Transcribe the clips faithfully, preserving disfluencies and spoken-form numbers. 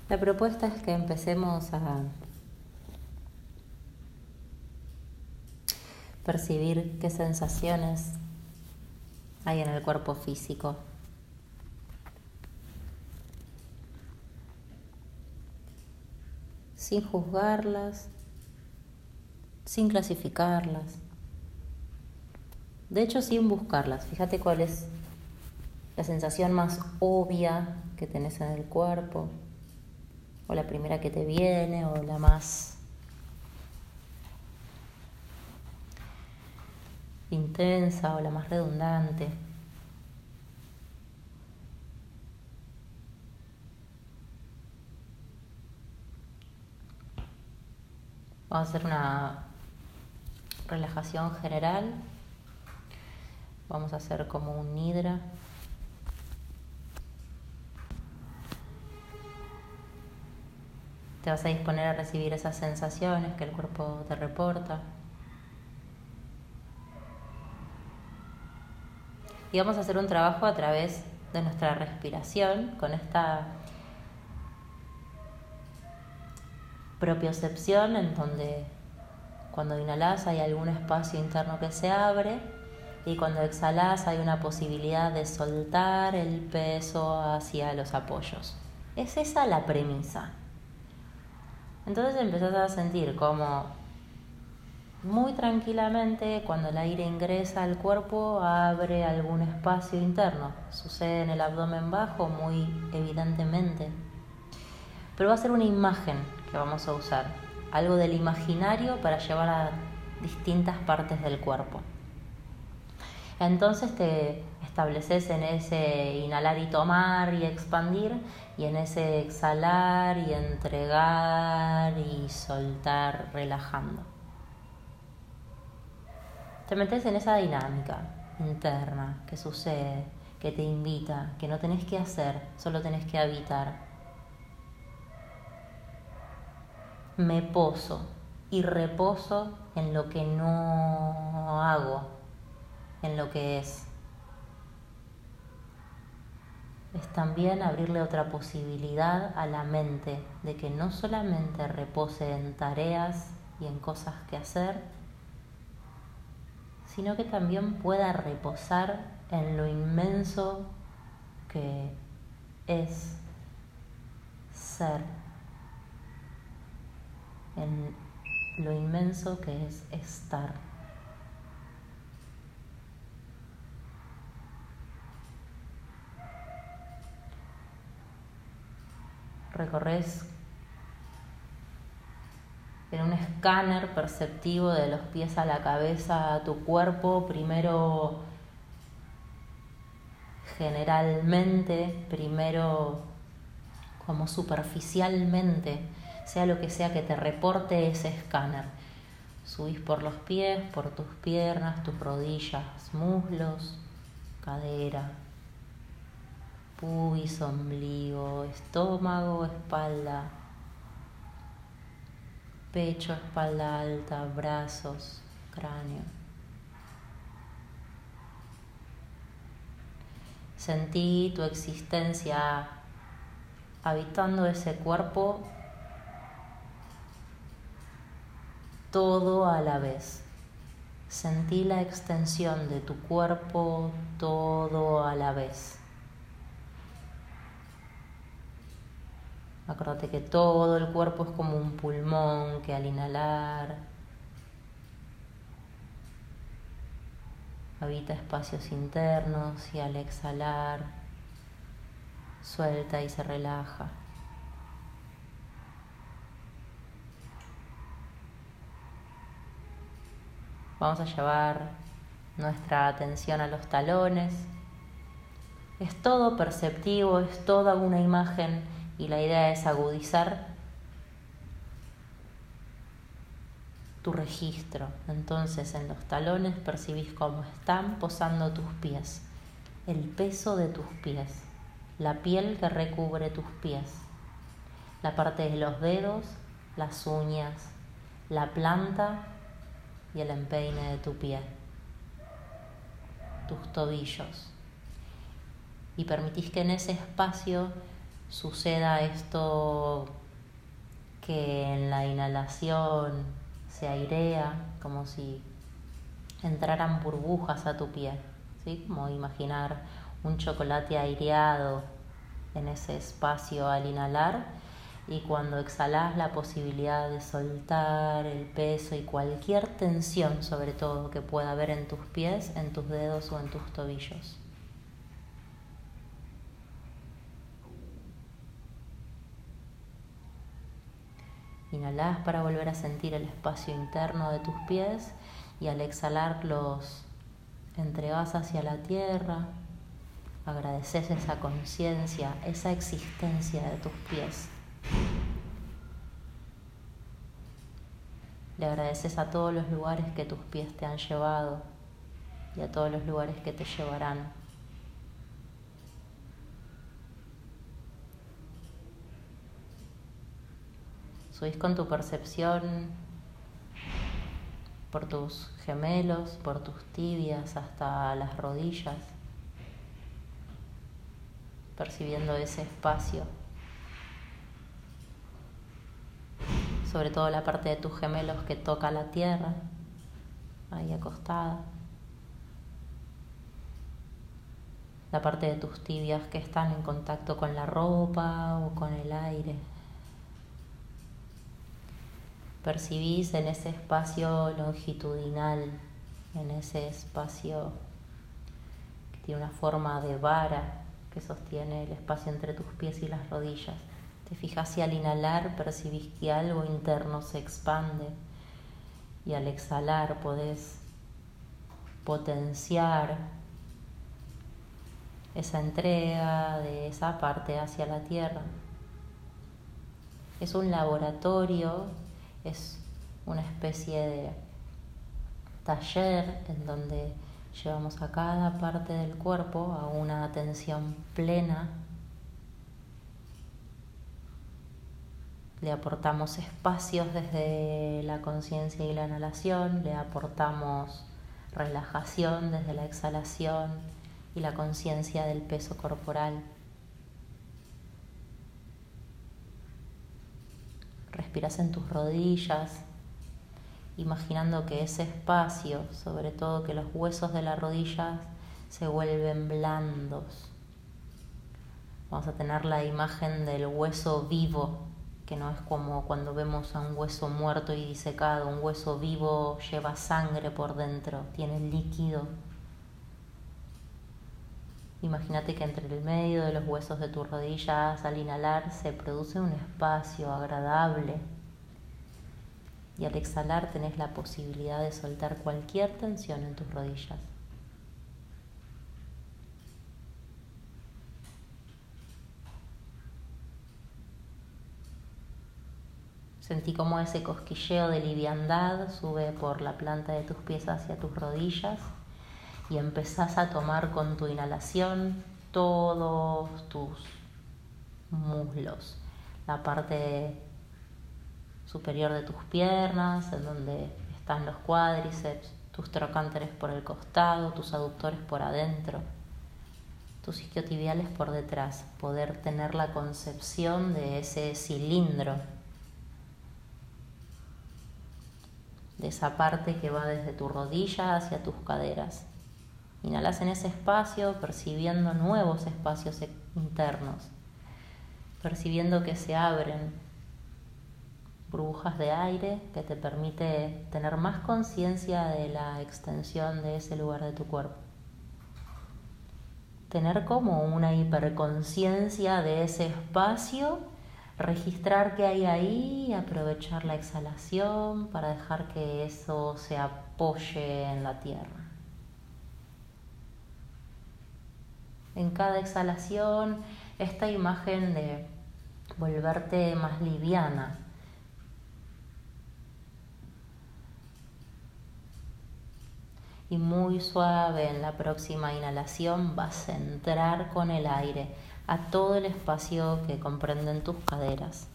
La propuesta es que empecemos a percibir qué sensaciones hay en el cuerpo físico. Sin juzgarlas, sin clasificarlas. De hecho, sin buscarlas. Fíjate cuál es la sensación más obvia que tenés en el cuerpo, o la primera que te viene, o la más intensa, o la más redundante. Vamos a hacer una relajación general. Vamos a hacer como un nidra. Te vas a disponer a recibir esas sensaciones que el cuerpo te reporta. Y vamos a hacer un trabajo a través de nuestra respiración, con esta propiocepción en donde cuando inhalás hay algún espacio interno que se abre y cuando exhalás hay una posibilidad de soltar el peso hacia los apoyos. Es esa la premisa. Entonces empezás a sentir como muy tranquilamente cuando el aire ingresa al cuerpo abre algún espacio interno. Sucede en el abdomen bajo muy evidentemente. Pero va a ser una imagen que vamos a usar. Algo del imaginario para llevar a distintas partes del cuerpo. Entonces te estableces en ese inhalar y tomar y expandir, y en ese exhalar y entregar y soltar relajando. Te metes en esa dinámica interna que sucede, que te invita, que no tenés que hacer, solo tenés que habitar. Me poso y reposo en lo que no hago, en lo que es. Es también abrirle otra posibilidad a la mente de que no solamente repose en tareas y en cosas que hacer, sino que también pueda reposar en lo inmenso que es ser, en lo inmenso que es estar. Recorres en un escáner perceptivo de los pies a la cabeza a tu cuerpo, primero generalmente, primero como superficialmente, sea lo que sea que te reporte ese escáner. Subís por los pies, por tus piernas, tus rodillas, muslos, cadera, pubis, ombligo, estómago, espalda, pecho, espalda alta, brazos, cráneo. Sentí tu existencia habitando ese cuerpo todo a la vez. Sentí la extensión de tu cuerpo todo a la vez. Acuérdate que todo el cuerpo es como un pulmón que al inhalar habita espacios internos y al exhalar suelta y se relaja. Vamos a llevar nuestra atención a los talones. Es todo perceptivo, es toda una imagen y la idea es agudizar tu registro. Entonces en los talones percibís cómo están posando tus pies, el peso de tus pies, la piel que recubre tus pies, la parte de los dedos, las uñas, la planta y el empeine de tu pie, tus tobillos. Y permitís que en ese espacio suceda esto que en la inhalación se airea, como si entraran burbujas a tu piel, ¿sí? Como imaginar un chocolate aireado en ese espacio al inhalar, y cuando exhalas la posibilidad de soltar el peso y cualquier tensión, sobre todo, que pueda haber en tus pies, en tus dedos o en tus tobillos. Inhalás para volver a sentir el espacio interno de tus pies, y al exhalar los entregas hacia la tierra. Agradeces esa conciencia, esa existencia de tus pies. Le agradeces a todos los lugares que tus pies te han llevado y a todos los lugares que te llevarán. Subís con tu percepción por tus gemelos, por tus tibias hasta las rodillas, percibiendo ese espacio, sobre todo la parte de tus gemelos que toca la tierra, ahí acostada, la parte de tus tibias que están en contacto con la ropa o con el aire. Percibís en ese espacio longitudinal, en ese espacio que tiene una forma de vara que sostiene el espacio entre tus pies y las rodillas. Te fijas si al inhalar percibís que algo interno se expande, y al exhalar podés potenciar esa entrega de esa parte hacia la tierra. Es un laboratorio, es una especie de taller en donde llevamos a cada parte del cuerpo a una atención plena. Le aportamos espacios desde la conciencia y la inhalación, le aportamos relajación desde la exhalación y la conciencia del peso corporal. Respiras en tus rodillas, imaginando que ese espacio, sobre todo que los huesos de las rodillas se vuelven blandos. Vamos a tener la imagen del hueso vivo, que no es como cuando vemos a un hueso muerto y disecado. Un hueso vivo lleva sangre por dentro, tiene líquido. Imagínate que entre el medio de los huesos de tus rodillas, al inhalar, se produce un espacio agradable, y al exhalar tenés la posibilidad de soltar cualquier tensión en tus rodillas. Sentí cómo ese cosquilleo de liviandad sube por la planta de tus pies hacia tus rodillas, y empezás a tomar con tu inhalación todos tus muslos, la parte superior de tus piernas, en donde están los cuádriceps, tus trocánteres por el costado, tus aductores por adentro, tus isquiotibiales por detrás. Poder tener la concepción de ese cilindro, de esa parte que va desde tu rodilla hacia tus caderas. Inhalas en ese espacio, percibiendo nuevos espacios internos, percibiendo que se abren burbujas de aire que te permite tener más conciencia de la extensión de ese lugar de tu cuerpo. Tener como una hiperconciencia de ese espacio, registrar qué hay ahí y aprovechar la exhalación para dejar que eso se apoye en la tierra. En cada exhalación, esta imagen de volverte más liviana, y muy suave en la próxima inhalación vas a entrar con el aire a todo el espacio que comprenden tus caderas.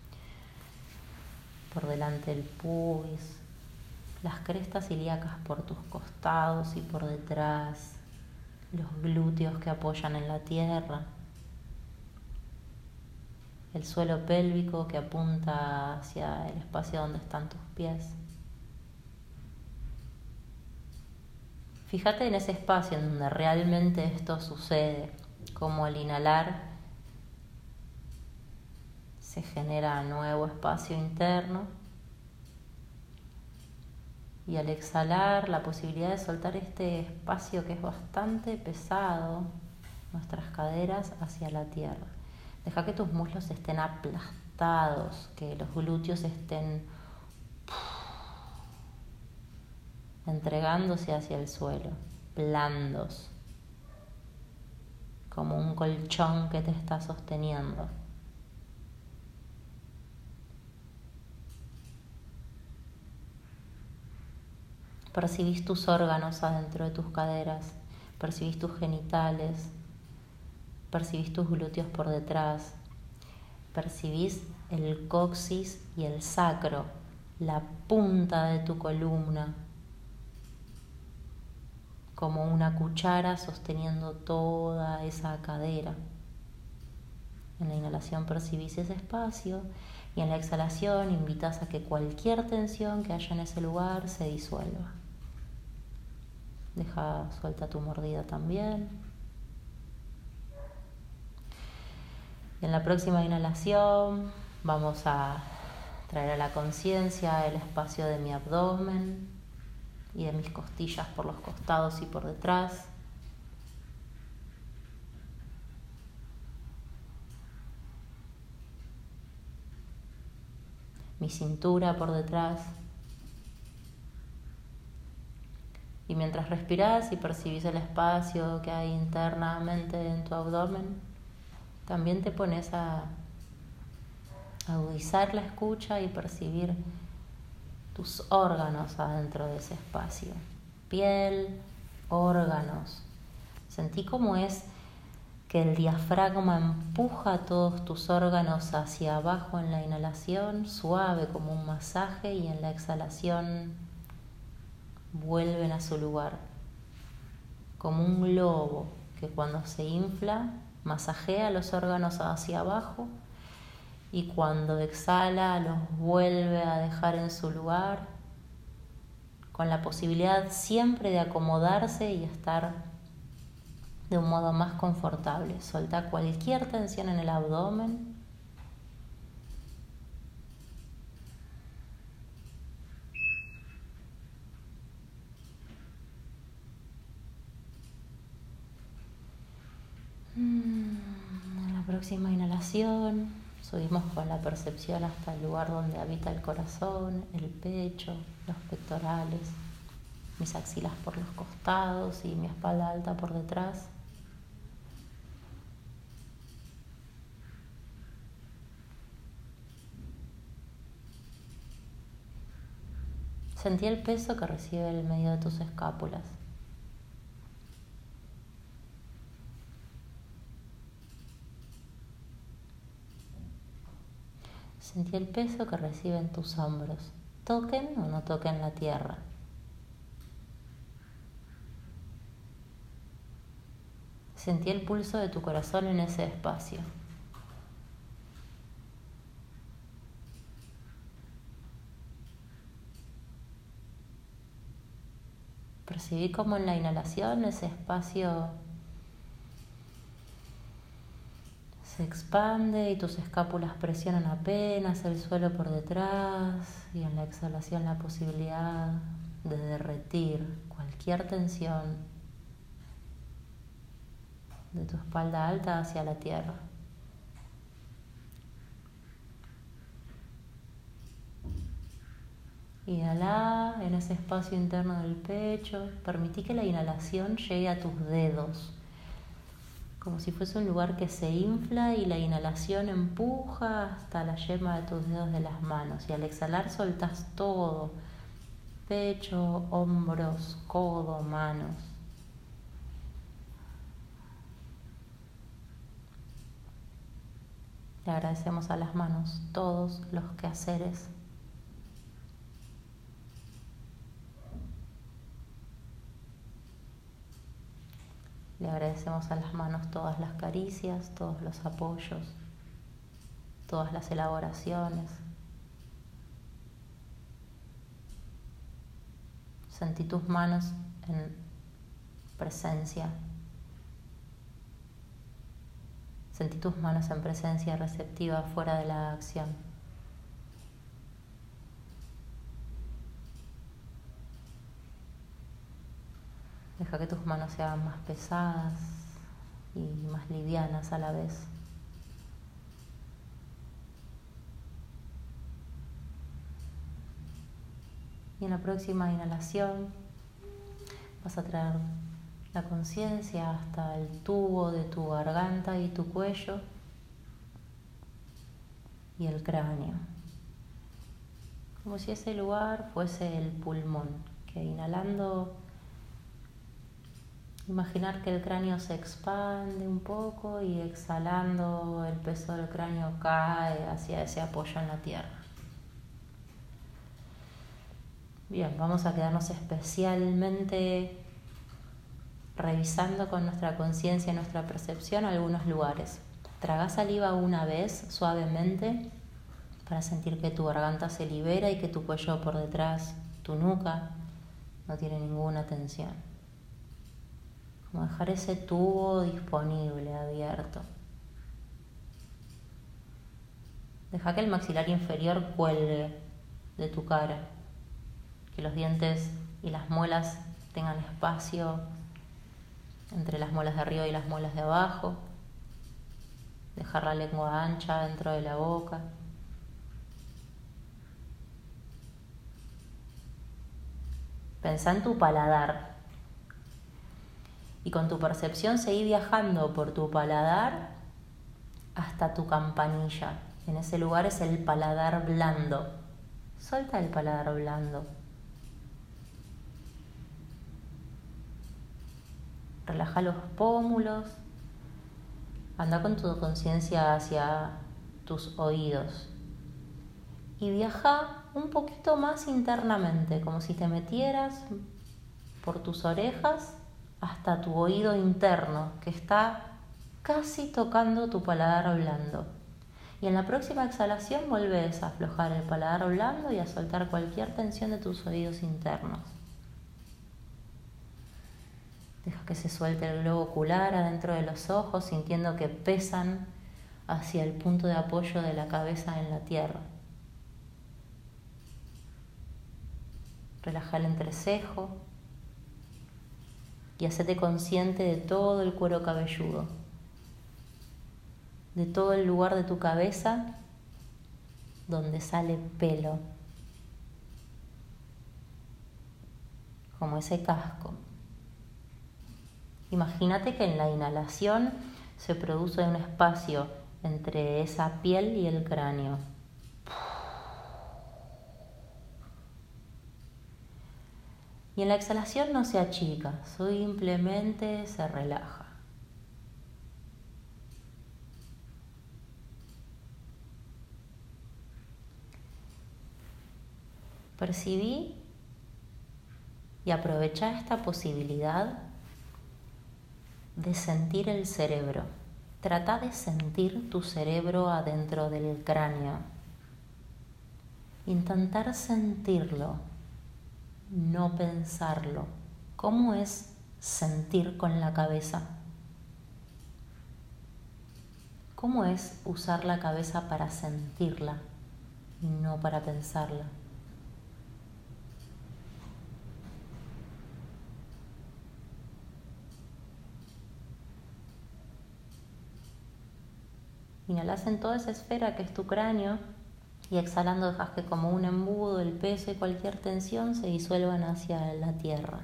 Por delante el pubis, las crestas ilíacas por tus costados y por detrás, los glúteos que apoyan en la tierra. el suelo pélvico que apunta hacia el espacio donde están tus pies. Fíjate en ese espacio en donde realmente esto sucede, como al inhalar se genera nuevo espacio interno y al exhalar la posibilidad de soltar este espacio que es bastante pesado, nuestras caderas hacia la tierra. Deja que tus muslos estén aplastados, que los glúteos estén entregándose hacia el suelo, blandos, como un colchón que te está sosteniendo. Percibís tus órganos adentro de tus caderas, percibís tus genitales, percibís tus glúteos por detrás, percibís el coxis y el sacro, la punta de tu columna, como una cuchara sosteniendo toda esa cadera. En la inhalación percibís ese espacio y en la exhalación invitas a que cualquier tensión que haya en ese lugar se disuelva. Deja suelta tu mordida también. Y en la próxima inhalación vamos a traer a la conciencia el espacio de mi abdomen y de mis costillas por los costados y por detrás. Mi cintura por detrás. Y mientras respirás y percibís el espacio que hay internamente en tu abdomen, también te pones a agudizar la escucha y percibir tus órganos adentro de ese espacio. Piel, órganos. Sentí cómo es que el diafragma empuja todos tus órganos hacia abajo en la inhalación, suave como un masaje, y en la exhalación vuelven a su lugar, como un globo que cuando se infla masajea los órganos hacia abajo y cuando exhala los vuelve a dejar en su lugar, con la posibilidad siempre de acomodarse y estar de un modo más confortable. Solta cualquier tensión en el abdomen. En la próxima inhalación subimos con la percepción hasta el lugar donde habita el corazón, el pecho, los pectorales, mis axilas por los costados y mi espalda alta por detrás. Sentí el peso que recibe el medio de tus escápulas. Sentí el peso que reciben tus hombros. ¿Toquen o no toquen la tierra? Sentí el pulso de tu corazón en ese espacio. Percibí como en la inhalación ese espacio se expande y tus escápulas presionan apenas el suelo por detrás, y en la exhalación la posibilidad de derretir cualquier tensión de tu espalda alta hacia la tierra. Inhala en ese espacio interno del pecho. Permití que la inhalación llegue a tus dedos, como si fuese un lugar que se infla y la inhalación empuja hasta la yema de tus dedos de las manos. Y al exhalar soltás todo: pecho, hombros, codo, manos. Le agradecemos a las manos todos los quehaceres. Le agradecemos a las manos todas las caricias, todos los apoyos. todas las elaboraciones. Sentí tus manos en presencia. Sentí tus manos en presencia receptiva fuera de la acción. Deja que tus manos se hagan más pesadas y más livianas a la vez. Y en la próxima inhalación vas a traer la conciencia hasta el tubo de tu garganta y tu cuello y el cráneo. Como si ese lugar fuese el pulmón, que inhalando, imaginar que el cráneo se expande un poco y exhalando el peso del cráneo cae hacia ese apoyo en la tierra. Bien, vamos a quedarnos especialmente revisando con nuestra conciencia y nuestra percepción algunos lugares. Traga saliva una vez suavemente para sentir que tu garganta se libera y que tu cuello por detrás, tu nuca, no tiene ninguna tensión. Como dejar ese tubo disponible, abierto. Deja que el maxilar inferior cuelgue de tu cara, que los dientes y las muelas tengan espacio entre las muelas de arriba y las muelas de abajo. Dejar la lengua ancha dentro de la boca. Pensá en tu paladar. Y con tu percepción seguí viajando por tu paladar hasta tu campanilla. En ese lugar es el paladar blando. Suelta el paladar blando. Relaja los pómulos. Anda con tu conciencia hacia tus oídos. Y viaja un poquito más internamente, como si te metieras por tus orejas hasta tu oído interno, que está casi tocando tu paladar blando. Y en la próxima exhalación volvés a aflojar el paladar blando y a soltar cualquier tensión de tus oídos internos. Deja que se suelte el globo ocular adentro de los ojos, sintiendo que pesan hacia el punto de apoyo de la cabeza en la tierra. Relaja el entrecejo y hacete consciente de todo el cuero cabelludo, de todo el lugar de tu cabeza donde sale pelo, como ese casco. Imagínate que en la inhalación se produce un espacio entre esa piel y el cráneo. Y en la exhalación no se achica, simplemente se relaja. Percibí y aprovecha esta posibilidad de sentir el cerebro. Trata de sentir tu cerebro adentro del cráneo. Intentar sentirlo, no pensarlo. ¿Cómo es sentir con la cabeza? ¿Cómo es usar la cabeza para sentirla y no para pensarla? Inhalas en toda esa esfera que es tu cráneo y exhalando dejas que como un embudo el peso y cualquier tensión se disuelvan hacia la tierra.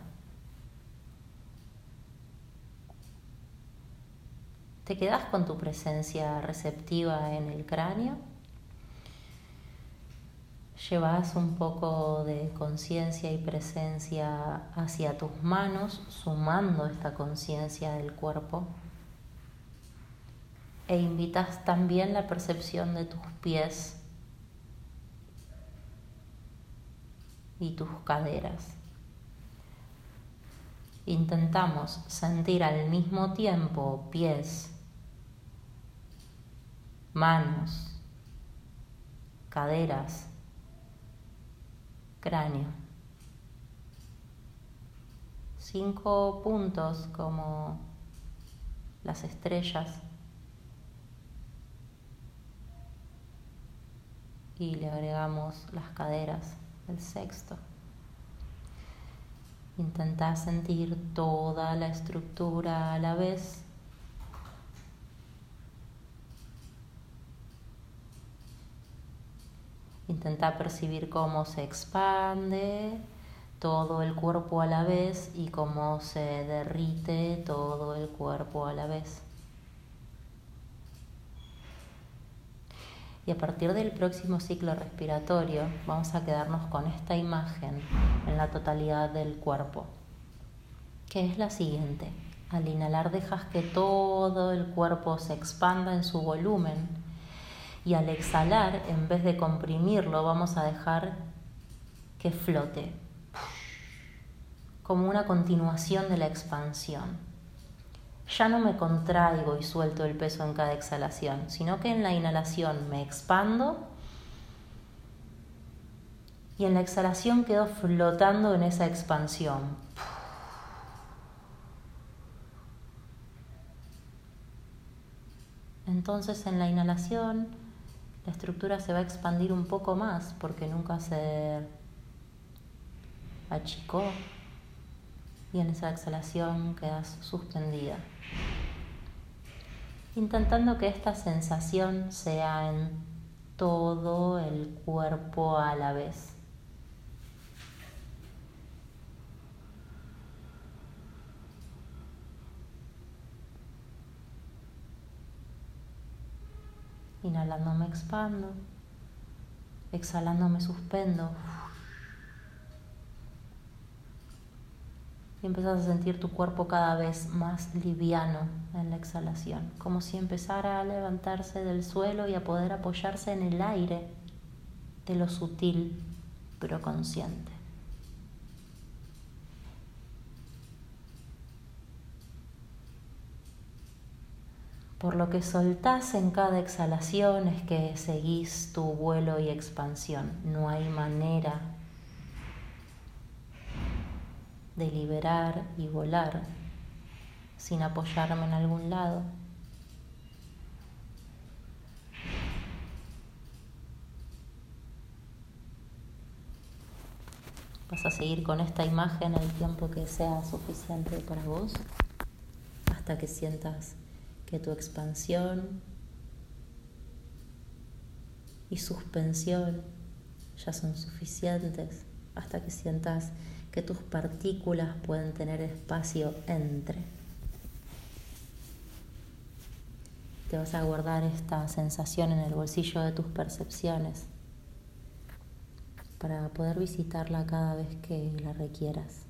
Te quedas con tu presencia receptiva en el cráneo. Llevas un poco de conciencia y presencia hacia tus manos, sumando esta conciencia del cuerpo. E invitas también la percepción de tus pies y tus caderas. Intentamos sentir al mismo tiempo pies, manos caderas, cráneo. Cinco puntos como las estrellas. Y le agregamos las caderas, el sexto. Intenta sentir toda la estructura a la vez. Intenta percibir cómo se expande todo el cuerpo a la vez y cómo se derrite todo el cuerpo a la vez. Y a partir del próximo ciclo respiratorio vamos a quedarnos con esta imagen en la totalidad del cuerpo, que es la siguiente. Al inhalar dejas que todo el cuerpo se expanda en su volumen y al exhalar, en vez de comprimirlo, vamos a dejar que flote, como una continuación de la expansión. Ya no me contraigo y suelto el peso en cada exhalación, sino que en la inhalación me expando y en la exhalación quedo flotando en esa expansión. Entonces en la inhalación la estructura se va a expandir un poco más porque nunca se achicó y en esa exhalación quedas suspendida. Intentando que esta sensación sea en todo el cuerpo a la vez. Inhalando me expando, exhalando me suspendo. Y empiezas a sentir tu cuerpo cada vez más liviano en la exhalación, como si empezara a levantarse del suelo y a poder apoyarse en el aire de lo sutil pero consciente. Por lo que soltás en cada exhalación es que seguís tu vuelo y expansión. No hay manera de liberar y volar sin apoyarme en algún lado. Vas a seguir con esta imagen el tiempo que sea suficiente para vos, hasta que sientas que tu expansión y suspensión ya son suficientes, hasta que sientas que tus partículas pueden tener espacio entre. Te vas a guardar esta sensación en el bolsillo de tus percepciones para poder visitarla cada vez que la requieras.